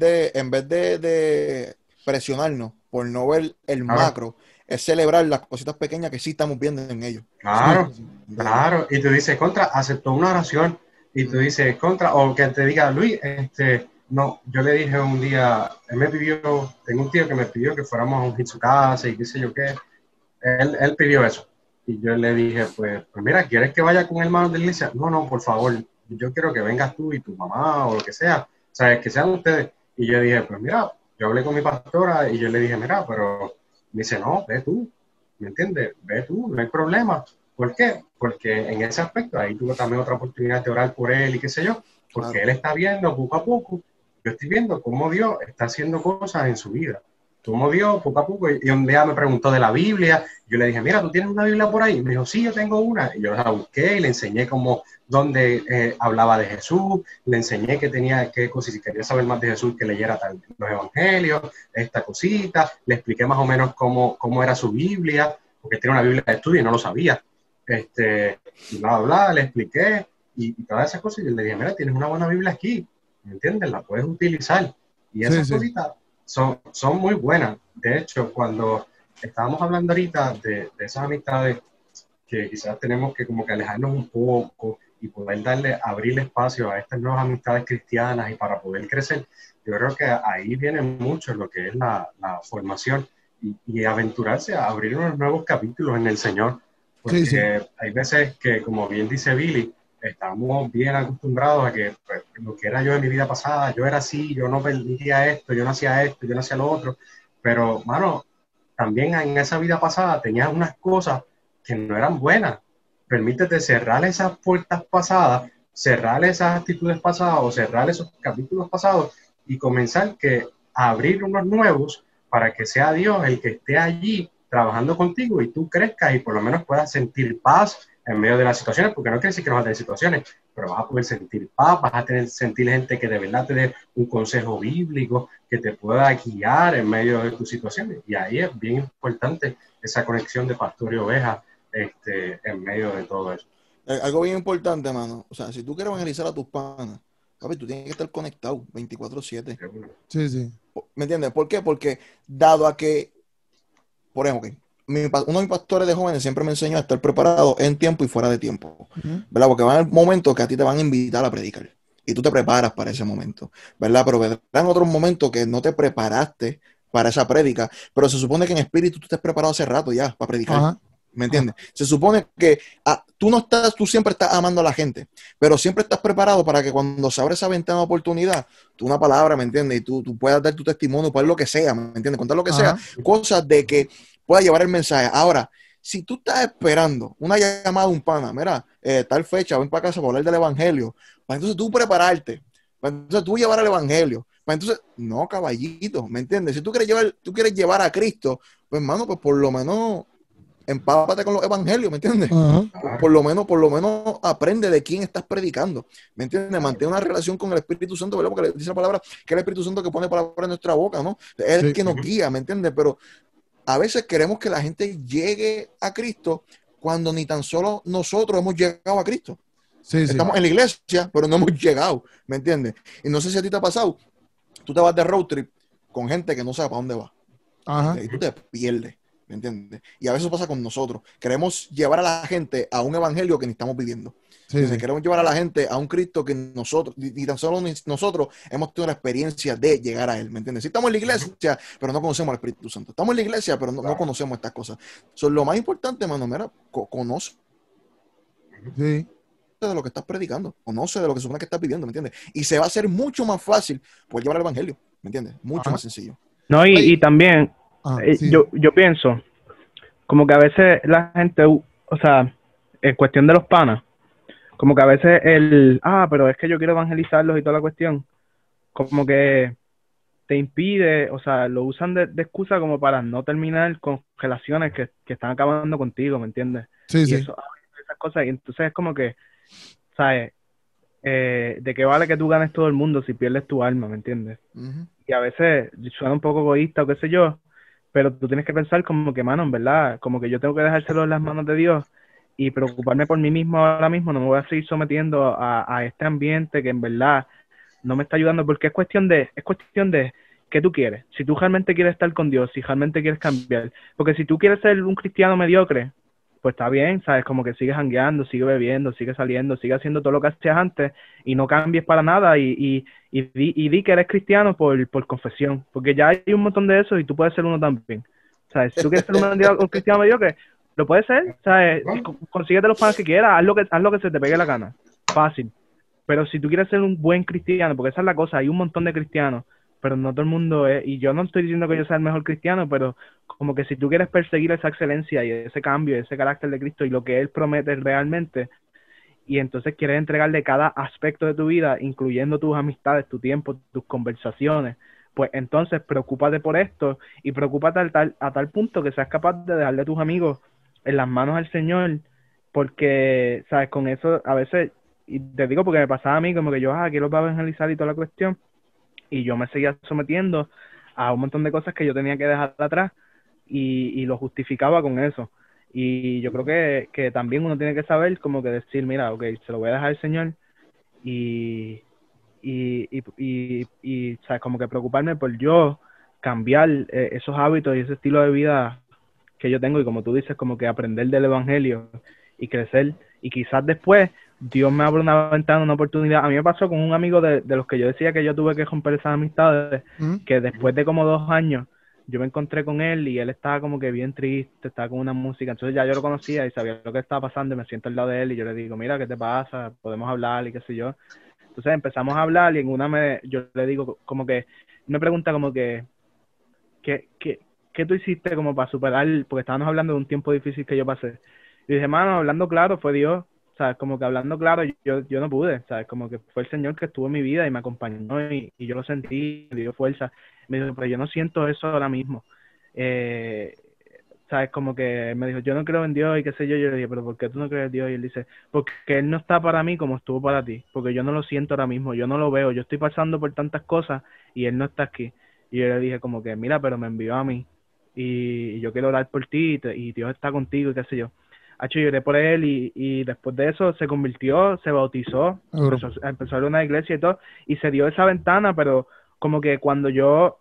de presionarnos por no ver el macro, es celebrar las cositas pequeñas que sí estamos viendo en ellos. Claro. Y tú dices, aceptó una oración, y tú dices, o que te diga, Luis, no, yo le dije un día, tengo un tío que me pidió que fuéramos a su casa y qué sé yo qué, él pidió eso. Y yo le dije, pues mira, ¿quieres que vaya con hermanos de la iglesia? No, por favor, yo quiero que vengas tú y tu mamá o lo que sea, ¿sabes? Que sean ustedes. Y yo dije, pues mira, yo hablé con mi pastora y yo le dije, mira, pero me dice, no, ve tú, ¿me entiendes? Ve tú, no hay problema. ¿Por qué? Porque en ese aspecto ahí tuve también otra oportunidad de orar por él y qué sé yo, porque él está viendo poco a poco, yo estoy viendo cómo Dios está haciendo cosas en su vida. Cómo Dios poco a poco, y un día me preguntó de la Biblia, yo le dije, mira, ¿tú tienes una Biblia por ahí? Me dijo, sí, yo tengo una, y yo la busqué y le enseñé dónde hablaba de Jesús, le enseñé que tenía qué cosas, si quería saber más de Jesús, que leyera los evangelios, esta cosita, le expliqué más o menos cómo era su Biblia, porque tiene una Biblia de estudio y no lo sabía, y le expliqué, y todas esas cosas, y yo le dije, mira, tienes una buena Biblia aquí, ¿me entiendes? La puedes utilizar, y esas cositas son muy buenas. De hecho, cuando estábamos hablando ahorita de esas amistades que quizás tenemos que como que alejarnos un poco y poder abrirle espacio a estas nuevas amistades cristianas y para poder crecer, yo creo que ahí viene mucho lo que es la formación y aventurarse a abrir unos nuevos capítulos en el Señor, porque hay veces que, como bien dice Billy, estamos bien acostumbrados a que pues, lo que era yo en mi vida pasada, yo era así, yo no permitía esto, yo no hacía esto, yo no hacía lo otro, pero, mano, también en esa vida pasada tenías unas cosas que no eran buenas. Permítete cerrar esas puertas pasadas, cerrar esas actitudes pasadas o cerrar esos capítulos pasados y comenzar a abrir unos nuevos para que sea Dios el que esté allí trabajando contigo y tú crezcas y por lo menos puedas sentir paz en medio de las situaciones, porque no quiere decir que no vas a tener situaciones, pero vas a poder sentir paz, vas a sentir gente que de verdad te dé un consejo bíblico, que te pueda guiar en medio de tus situaciones. Y ahí es bien importante esa conexión de pastor y oveja en medio de todo eso. Algo bien importante, mano. O sea, si tú quieres evangelizar a tus panas, papi, tú tienes que estar conectado 24/7. Sí, sí. ¿Me entiendes? ¿Por qué? Porque dado a que, por ejemplo, uno de mis pastores de jóvenes siempre me enseñó a estar preparado en tiempo y fuera de tiempo, ¿verdad? Porque van a haber momentos que a ti te van a invitar a predicar y tú te preparas para ese momento, ¿verdad? Pero vendrán otros momentos que no te preparaste para esa prédica, pero se supone que en espíritu tú estés preparado hace rato ya para predicar. Ajá. ¿Me entiendes? Se supone que tú siempre estás amando a la gente, pero siempre estás preparado para que cuando se abre esa ventana de oportunidad, tú una palabra, ¿me entiendes? Y tú puedas dar tu testimonio, puedes lo que sea, ¿me entiendes? Contar lo que sea, cosas de que pueda llevar el mensaje. Ahora, si tú estás esperando una llamada de un pana, mira, tal fecha, ven para casa para hablar del evangelio, para entonces tú prepararte, para entonces tú llevar el evangelio, para entonces, no, caballito, ¿me entiendes? Si tú quieres llevar a Cristo, pues hermano, pues por lo menos empápate con los evangelios, ¿me entiendes? Por lo menos aprende de quién estás predicando, ¿me entiendes? Mantén una relación con el Espíritu Santo, ¿verdad? Porque dice la palabra que es el Espíritu Santo que pone palabras en nuestra boca, ¿no? Es el que nos guía, ¿me entiendes? Pero a veces queremos que la gente llegue a Cristo cuando ni tan solo nosotros hemos llegado a Cristo. Estamos en la iglesia, pero no hemos llegado, ¿me entiendes? Y no sé si a ti te ha pasado, tú te vas de road trip con gente que no sabe para dónde va. Y tú te pierdes. ¿Me entiendes? Y a veces pasa con nosotros. Queremos llevar a la gente a un evangelio que ni estamos viviendo. Queremos llevar a la gente a un Cristo que nosotros, ni tan solo nosotros hemos tenido la experiencia de llegar a él. ¿Me entiendes? Sí, estamos en la iglesia, pero no conocemos al Espíritu Santo. Estamos en la iglesia, pero no conocemos estas cosas. Lo más importante, mano, mira, conoce de lo que estás predicando. Conoce de lo que supone que estás viviendo, ¿me entiendes? Y se va a hacer mucho más fácil poder llevar el evangelio. ¿Me entiendes? Mucho más sencillo. No, y también yo pienso como que a veces la gente, o sea, en cuestión de los panas, como que a veces pero es que yo quiero evangelizarlos y toda la cuestión, como que te impide, o sea, lo usan de excusa como para no terminar con relaciones que están acabando contigo, ¿me entiendes? Eso, esas cosas, y entonces es como que, ¿sabes? ¿De qué vale que tú ganes todo el mundo si pierdes tu alma, ¿me entiendes? Y a veces suena un poco egoísta o qué sé yo, pero tú tienes que pensar como que, mano, en verdad, como que yo tengo que dejárselo en las manos de Dios y preocuparme por mí mismo ahora mismo, no me voy a seguir sometiendo a este ambiente que en verdad no me está ayudando, porque es cuestión de qué tú quieres, si tú realmente quieres estar con Dios, si realmente quieres cambiar, porque si tú quieres ser un cristiano mediocre, pues está bien, ¿sabes? Como que sigues jangueando, sigue bebiendo, sigue saliendo, sigue haciendo todo lo que hacías antes y no cambies para nada y di que eres cristiano por confesión, porque ya hay un montón de eso y tú puedes ser uno también, ¿sabes? Si tú quieres ser un cristiano mediocre, lo puedes ser, ¿sabes? Consíguete los panes que quieras, haz lo que se te pegue la gana, fácil. Pero si tú quieres ser un buen cristiano, porque esa es la cosa, hay un montón de cristianos, pero no todo el mundo es, y yo no estoy diciendo que yo sea el mejor cristiano, pero como que si tú quieres perseguir esa excelencia y ese cambio, ese carácter de Cristo y lo que Él promete realmente, y entonces quieres entregarle cada aspecto de tu vida, incluyendo tus amistades, tu tiempo, tus conversaciones, pues entonces preocúpate por esto y preocúpate a tal punto que seas capaz de dejarle a tus amigos en las manos al Señor, porque, ¿sabes? Con eso a veces, y te digo porque me pasaba a mí como que yo, quiero evangelizar y toda la cuestión, y yo me seguía sometiendo a un montón de cosas que yo tenía que dejar atrás y lo justificaba con eso. Y yo creo que también uno tiene que saber como que decir, mira, ok, se lo voy a dejar al Señor y ¿sabes? Como que preocuparme por yo cambiar esos hábitos y ese estilo de vida que yo tengo y como tú dices, como que aprender del Evangelio y crecer y quizás después Dios me abre una ventana, una oportunidad. A mí me pasó con un amigo de los que yo decía que yo tuve que romper esas amistades, que después de como 2 años yo me encontré con él y él estaba como que bien triste, estaba con una música, entonces ya yo lo conocía y sabía lo que estaba pasando y me siento al lado de él y yo le digo, mira, ¿qué te pasa? Podemos hablar y qué sé yo. Entonces empezamos a hablar y en yo le digo como que, me pregunta como que, ¿qué tú hiciste como para superar? Porque estábamos hablando de un tiempo difícil que yo pasé. Y dije, mano, hablando claro, fue Dios. ¿sabes? Como que hablando claro, yo no pude, ¿sabes? Como que fue el Señor que estuvo en mi vida y me acompañó y yo lo sentí, me dio fuerza. Me dijo, pero yo no siento eso ahora mismo. ¿Sabes? Como que me dijo, yo no creo en Dios y qué sé yo. Yo le dije, pero ¿por qué tú no crees en Dios? Y él dice, porque Él no está para mí como estuvo para ti, porque yo no lo siento ahora mismo, yo no lo veo, yo estoy pasando por tantas cosas y Él no está aquí. Y yo le dije como que, mira, pero me envió a mí y yo quiero orar por ti y Dios está contigo y qué sé yo. Yo lloré por él y después de eso se convirtió, se bautizó, empezó a ir a una iglesia y todo, y se dio esa ventana, pero como que cuando yo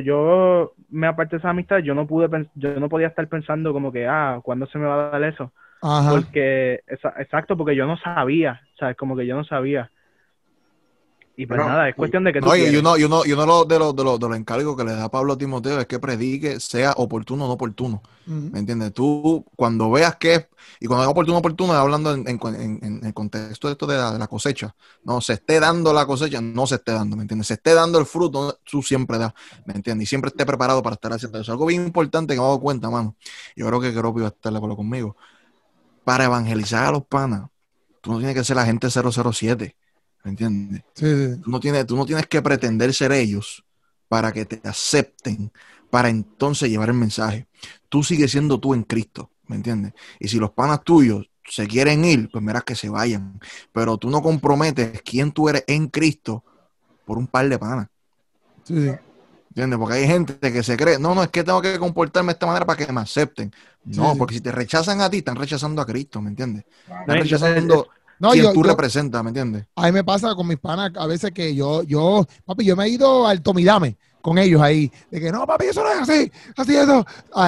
me aparté de esa amistad, yo no podía estar pensando como que, ¿cuándo se me va a dar eso? Ajá. Porque, exacto, porque yo no sabía, ¿sabes? Como que yo no sabía. Y pues nada, es cuestión de que tú quieres. Y uno de los encargos que le da Pablo a Timoteo es que predique, sea oportuno o no oportuno. ¿Me entiendes? Tú, cuando veas que, y cuando es oportuno, hablando en el contexto de esto de la cosecha, no se esté dando la cosecha, no se esté dando, ¿me entiendes? Se esté dando el fruto, tú siempre das, ¿me entiendes? Y siempre esté preparado para estar haciendo eso. Algo bien importante que me he dado cuenta, mano. Yo creo que Keropi va a estar de acuerdo conmigo. Para evangelizar a los panas, tú no tienes que ser la gente 007. ¿Me entiendes? Sí. Tú no tienes que pretender ser ellos para que te acepten, para entonces llevar el mensaje. Tú sigues siendo tú en Cristo, ¿me entiendes? Y si los panas tuyos se quieren ir, pues mira que se vayan. Pero tú no comprometes quién tú eres en Cristo por un par de panas. Sí. ¿Entiendes? Porque hay gente que se cree, no, es que tengo que comportarme de esta manera para que me acepten. No, porque si te rechazan a ti, están rechazando a Cristo, ¿me entiendes? Están rechazando quien tú representas, ¿me entiendes? A mí me pasa con mis panas a veces que papi, yo me he ido al Tomidame con ellos ahí, de que no, papi, eso no es así eso.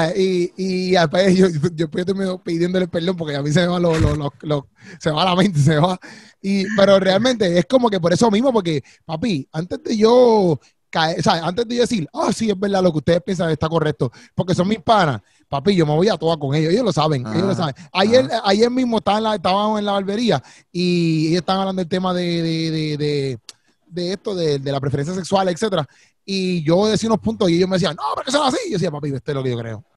Y después yo termino pidiéndole perdón porque a mí se me va se va la mente, se va. Pero realmente es como que por eso mismo, porque, papi, antes de yo decir, sí, es verdad, lo que ustedes piensan está correcto, porque son mis panas, papi, yo me voy a todas con ellos lo saben, ellos lo saben. Ayer mismo estábamos en la barbería y ellos estaban hablando del tema de esto, de la preferencia sexual, etcétera. Y yo decía unos puntos y ellos me decían, no, pero que son así. Y yo decía, papi, esto es lo que yo creo,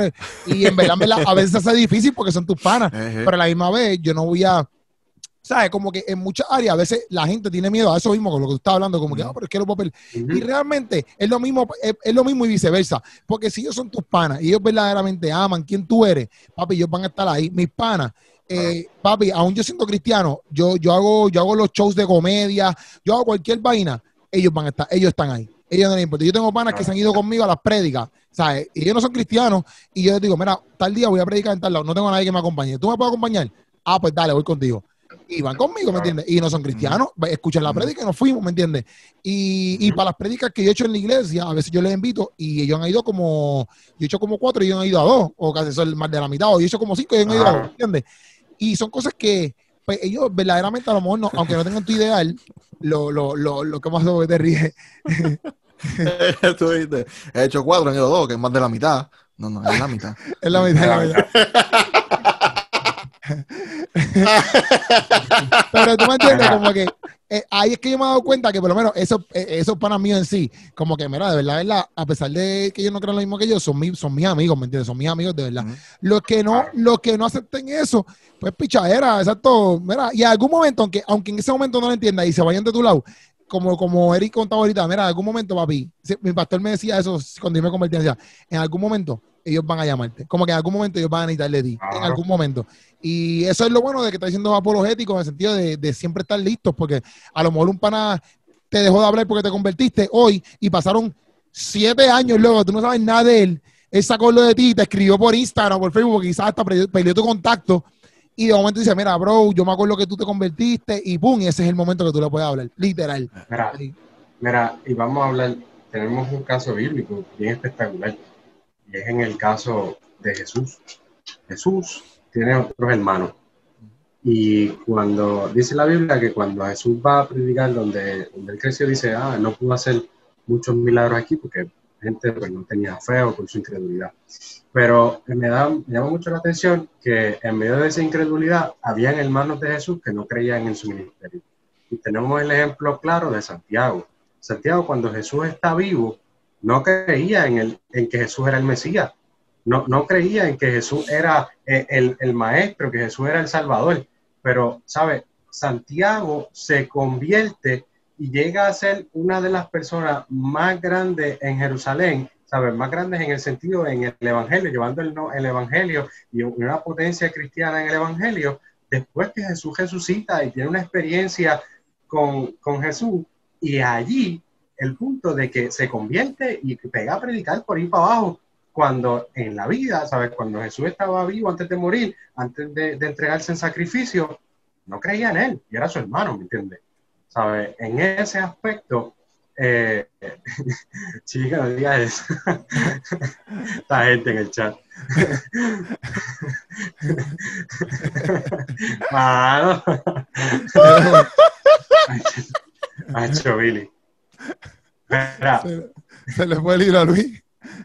Y en verdad, a veces se hace difícil porque son tus panas, pero a la misma vez yo no voy a, ¿sabes? Como que en muchas áreas a veces la gente tiene miedo a eso mismo, con lo que tú estás hablando, como que, pero es que los papeles. Y realmente es lo mismo y viceversa. Porque si ellos son tus panas y ellos verdaderamente aman quién tú eres, papi, ellos van a estar ahí. Mis panas, papi, aún yo siendo cristiano, yo hago los shows de comedia, yo hago cualquier vaina, ellos están ahí. Ellos no les importa. Yo tengo panas que se han ido conmigo a las prédicas, ¿sabes? Y ellos no son cristianos y yo les digo, mira, tal día voy a predicar en tal lado, no tengo a nadie que me acompañe. ¿Tú me puedes acompañar? Pues dale, voy contigo. Y van conmigo, ¿me entiendes? Y no son cristianos, escuchan la prédica y nos fuimos, ¿me entiendes? Y para las prédicas que yo he hecho en la iglesia, a veces yo les invito y ellos han ido yo he hecho como 4 y ellos han ido a 2, o casi son más de la mitad, o yo he hecho como 5 y ellos han ido a 2, ¿me entiendes? Y son cosas que pues, ellos verdaderamente a lo mejor, aunque no tengan tu ideal, lo que más te ríe. Tú dices, he hecho 4, han ido 2, que es más de la mitad. No, es la mitad. Es la mitad. Pero tú me entiendes, como que ahí es que yo me he dado cuenta que por lo menos esos panas míos en sí, como que mira, de verdad, a pesar de que ellos no crean lo mismo que yo, son mis amigos, ¿me entiendes? Son mis amigos de verdad. Los que no acepten eso, pues pichadera, exacto, mira, y en algún momento, aunque en ese momento no lo entienda y se vayan de tu lado, como Eric contaba ahorita, mira, en algún momento, papi, mi pastor me decía eso cuando yo me convertí, decía, en algún momento ellos van a llamarte, como que en algún momento ellos van a necesitar de ti, en algún momento. Y eso es lo bueno de que está diciendo apologético, en el sentido de siempre estar listos, porque a lo mejor un pana te dejó de hablar porque te convertiste hoy y pasaron 7 años luego, tú no sabes nada de él sacó lo de ti, te escribió por Instagram, por Facebook, quizás hasta perdió tu contacto, y de momento dice, mira, bro, yo me acuerdo que tú te convertiste, y pum, y ese es el momento que tú le puedes hablar, literal. Mira, y vamos a hablar, tenemos un caso bíblico bien espectacular, y es en el caso de Jesús. Jesús tiene otros hermanos, y cuando dice la Biblia que cuando Jesús va a predicar donde él creció, dice, no pudo hacer muchos milagros aquí porque la gente pues, no tenía fe o por su incredulidad. Pero me llama mucho la atención que en medio de esa incredulidad habían hermanos de Jesús que no creían en su ministerio. Y tenemos el ejemplo claro de Santiago. Santiago, cuando Jesús está vivo, no creía en que Jesús era el Mesías. No creía en que Jesús era el maestro, que Jesús era el Salvador. pero, ¿sabes? Santiago se convierte y llega a ser una de las personas más grandes en Jerusalén, ¿sabes? Más grandes en el sentido, en el Evangelio, llevando el Evangelio y una potencia cristiana en el Evangelio, después que Jesús resucita y tiene una experiencia con Jesús, y allí el punto de que se convierte y pega a predicar por ahí para abajo, cuando en la vida, ¿sabes? Cuando Jesús estaba vivo antes de morir, antes de entregarse en sacrificio, no creía en él, y era su hermano, ¿me entiendes? ¿Sabes? En ese aspecto, chica, no digas eso. Esta gente en el chat. Mano. Macho, Billy. Se le fue el hilo a Luis.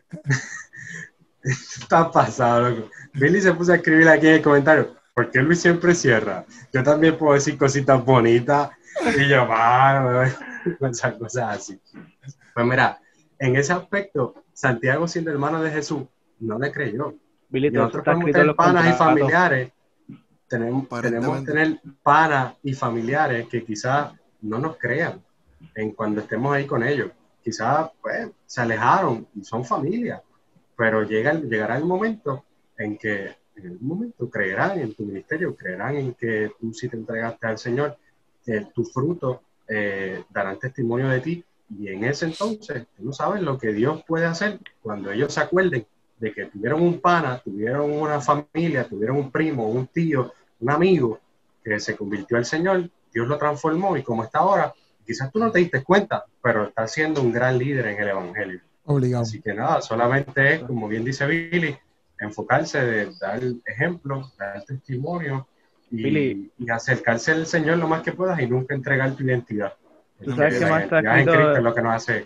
Está pasado, loco. Billy se puso a escribir aquí en el comentario: ¿por qué Luis siempre cierra? Yo también puedo decir cositas bonitas. Y yo, mano, cosas así. Pues mira, en ese aspecto, Santiago, siendo hermano de Jesús, no le creyó. Billy, y nosotros podemos tener panas y familiares. Tenemos que tener panas y familiares que quizás no nos crean en cuando estemos ahí con ellos. Quizás pues, se alejaron y son familia, pero llegará el momento en que en el momento creerán en tu ministerio, creerán en que tú sí te entregaste al Señor, tu fruto darán testimonio de ti, y en ese entonces tú no sabes lo que Dios puede hacer cuando ellos se acuerden de que tuvieron un pana, tuvieron una familia, tuvieron un primo, un tío, un amigo que se convirtió al Señor, Dios lo transformó, y como está ahora, quizás tú no te diste cuenta, pero está siendo un gran líder en el Evangelio. Obligado. Así que nada, solamente es, como bien dice Billy, enfocarse de dar ejemplo, dar testimonio y acercarse al Señor lo más que puedas y nunca entregar tu identidad. ¿Tú sabes qué más está escrito? En Cristo es lo que nos hace.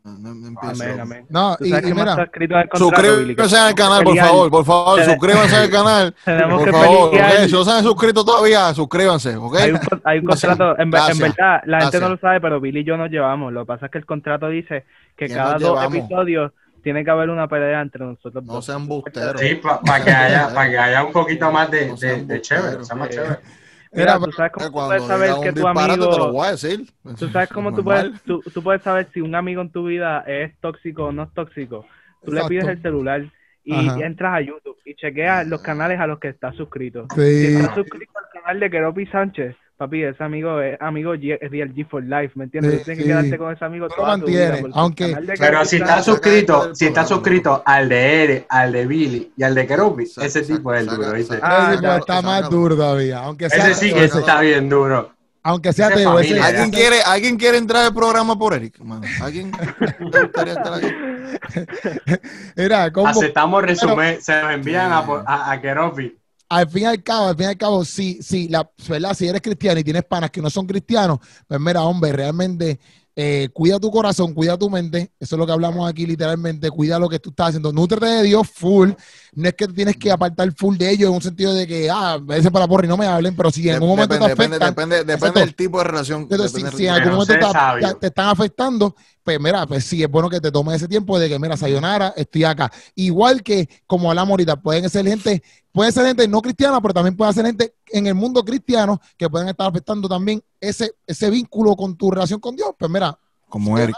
Amén, amén. No, ¿Tú sabes qué más está escrito en el contrato, suscríbanse al canal, por favor, suscríbanse al canal. Tenemos por que favor, pelear. okay, si no se han suscrito todavía, suscríbanse, ¿ok? Hay un contrato, en verdad, la gente gracias. no lo sabe, pero Billy y yo nos llevamos. Lo que pasa es que el contrato dice que Ya cada nos 2 llevamos. episodios tiene que haber una pelea entre nosotros No dos. sean busteros. Sí, para que haya un poquito más de chévere, sea más chévere. Mira, tú sabes cómo tú puedes saber que tu amigo... te lo voy a decir. Tú sabes cómo tú puedes saber si un amigo en tu vida es tóxico o no es tóxico. Tú Exacto. le pides el celular y entras a YouTube y chequeas los canales a los que estás suscrito. Sí. Si estás suscrito al canal de Keropi Sánchez, papi, ese amigo es Real G for Life, ¿me entiendes? Tú tienes que quedarte con ese amigo Tú toda lo tu vida. mantienes, aunque... Pero si estás suscrito al de Ere, al de Billy y al de Keropi, ese tipo es el duro, ¿viste? Está más duro todavía. Aunque sea, ese sí que está bien duro. Aunque sea Ese Teo, familia, ¿Alguien quiere entrar al programa por Eric? Man? ¿Alguien le gustaría estar aquí? Mira, aceptamos resumen, se los envían a Keropi. Al fin y al cabo, si ¿verdad? Si eres cristiano y tienes panas que no son cristianos, pues mira, hombre, realmente cuida tu corazón, cuida tu mente. Eso es lo que hablamos aquí literalmente. Cuida lo que tú estás haciendo. Nútrete de Dios full. No es que tienes que apartar full de ellos en un sentido de que, veces para porra y no me hablen, pero si en algún momento te afectan. Depende del tipo de relación. Entonces, si en algún momento te están afectando, pues mira, pues sí, es bueno que te tomes ese tiempo de que, mira, sayonara, estoy acá. Igual que, como hablamos ahorita, puede ser gente no cristiana, pero también puede ser gente en el mundo cristiano que pueden estar afectando también ese vínculo con tu relación con Dios. Pues mira, como Eric.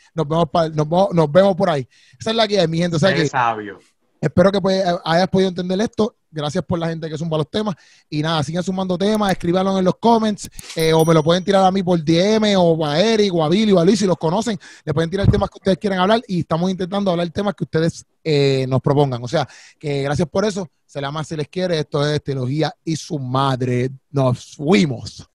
Nos vemos por ahí. Esa es la que hay, mi gente. O sea que, sabio. Espero que hayas podido entender esto. Gracias por la gente que suma los temas. Y nada, sigan sumando temas, escríbanlo en los comments, o me lo pueden tirar a mí por DM, o a Eric, o a Billy, o a Luis, si los conocen. Le pueden tirar temas que ustedes quieran hablar y estamos intentando hablar temas que ustedes nos propongan. O sea, que gracias por eso. Se la más si les quiere. Esto es Teología y su madre. Nos fuimos.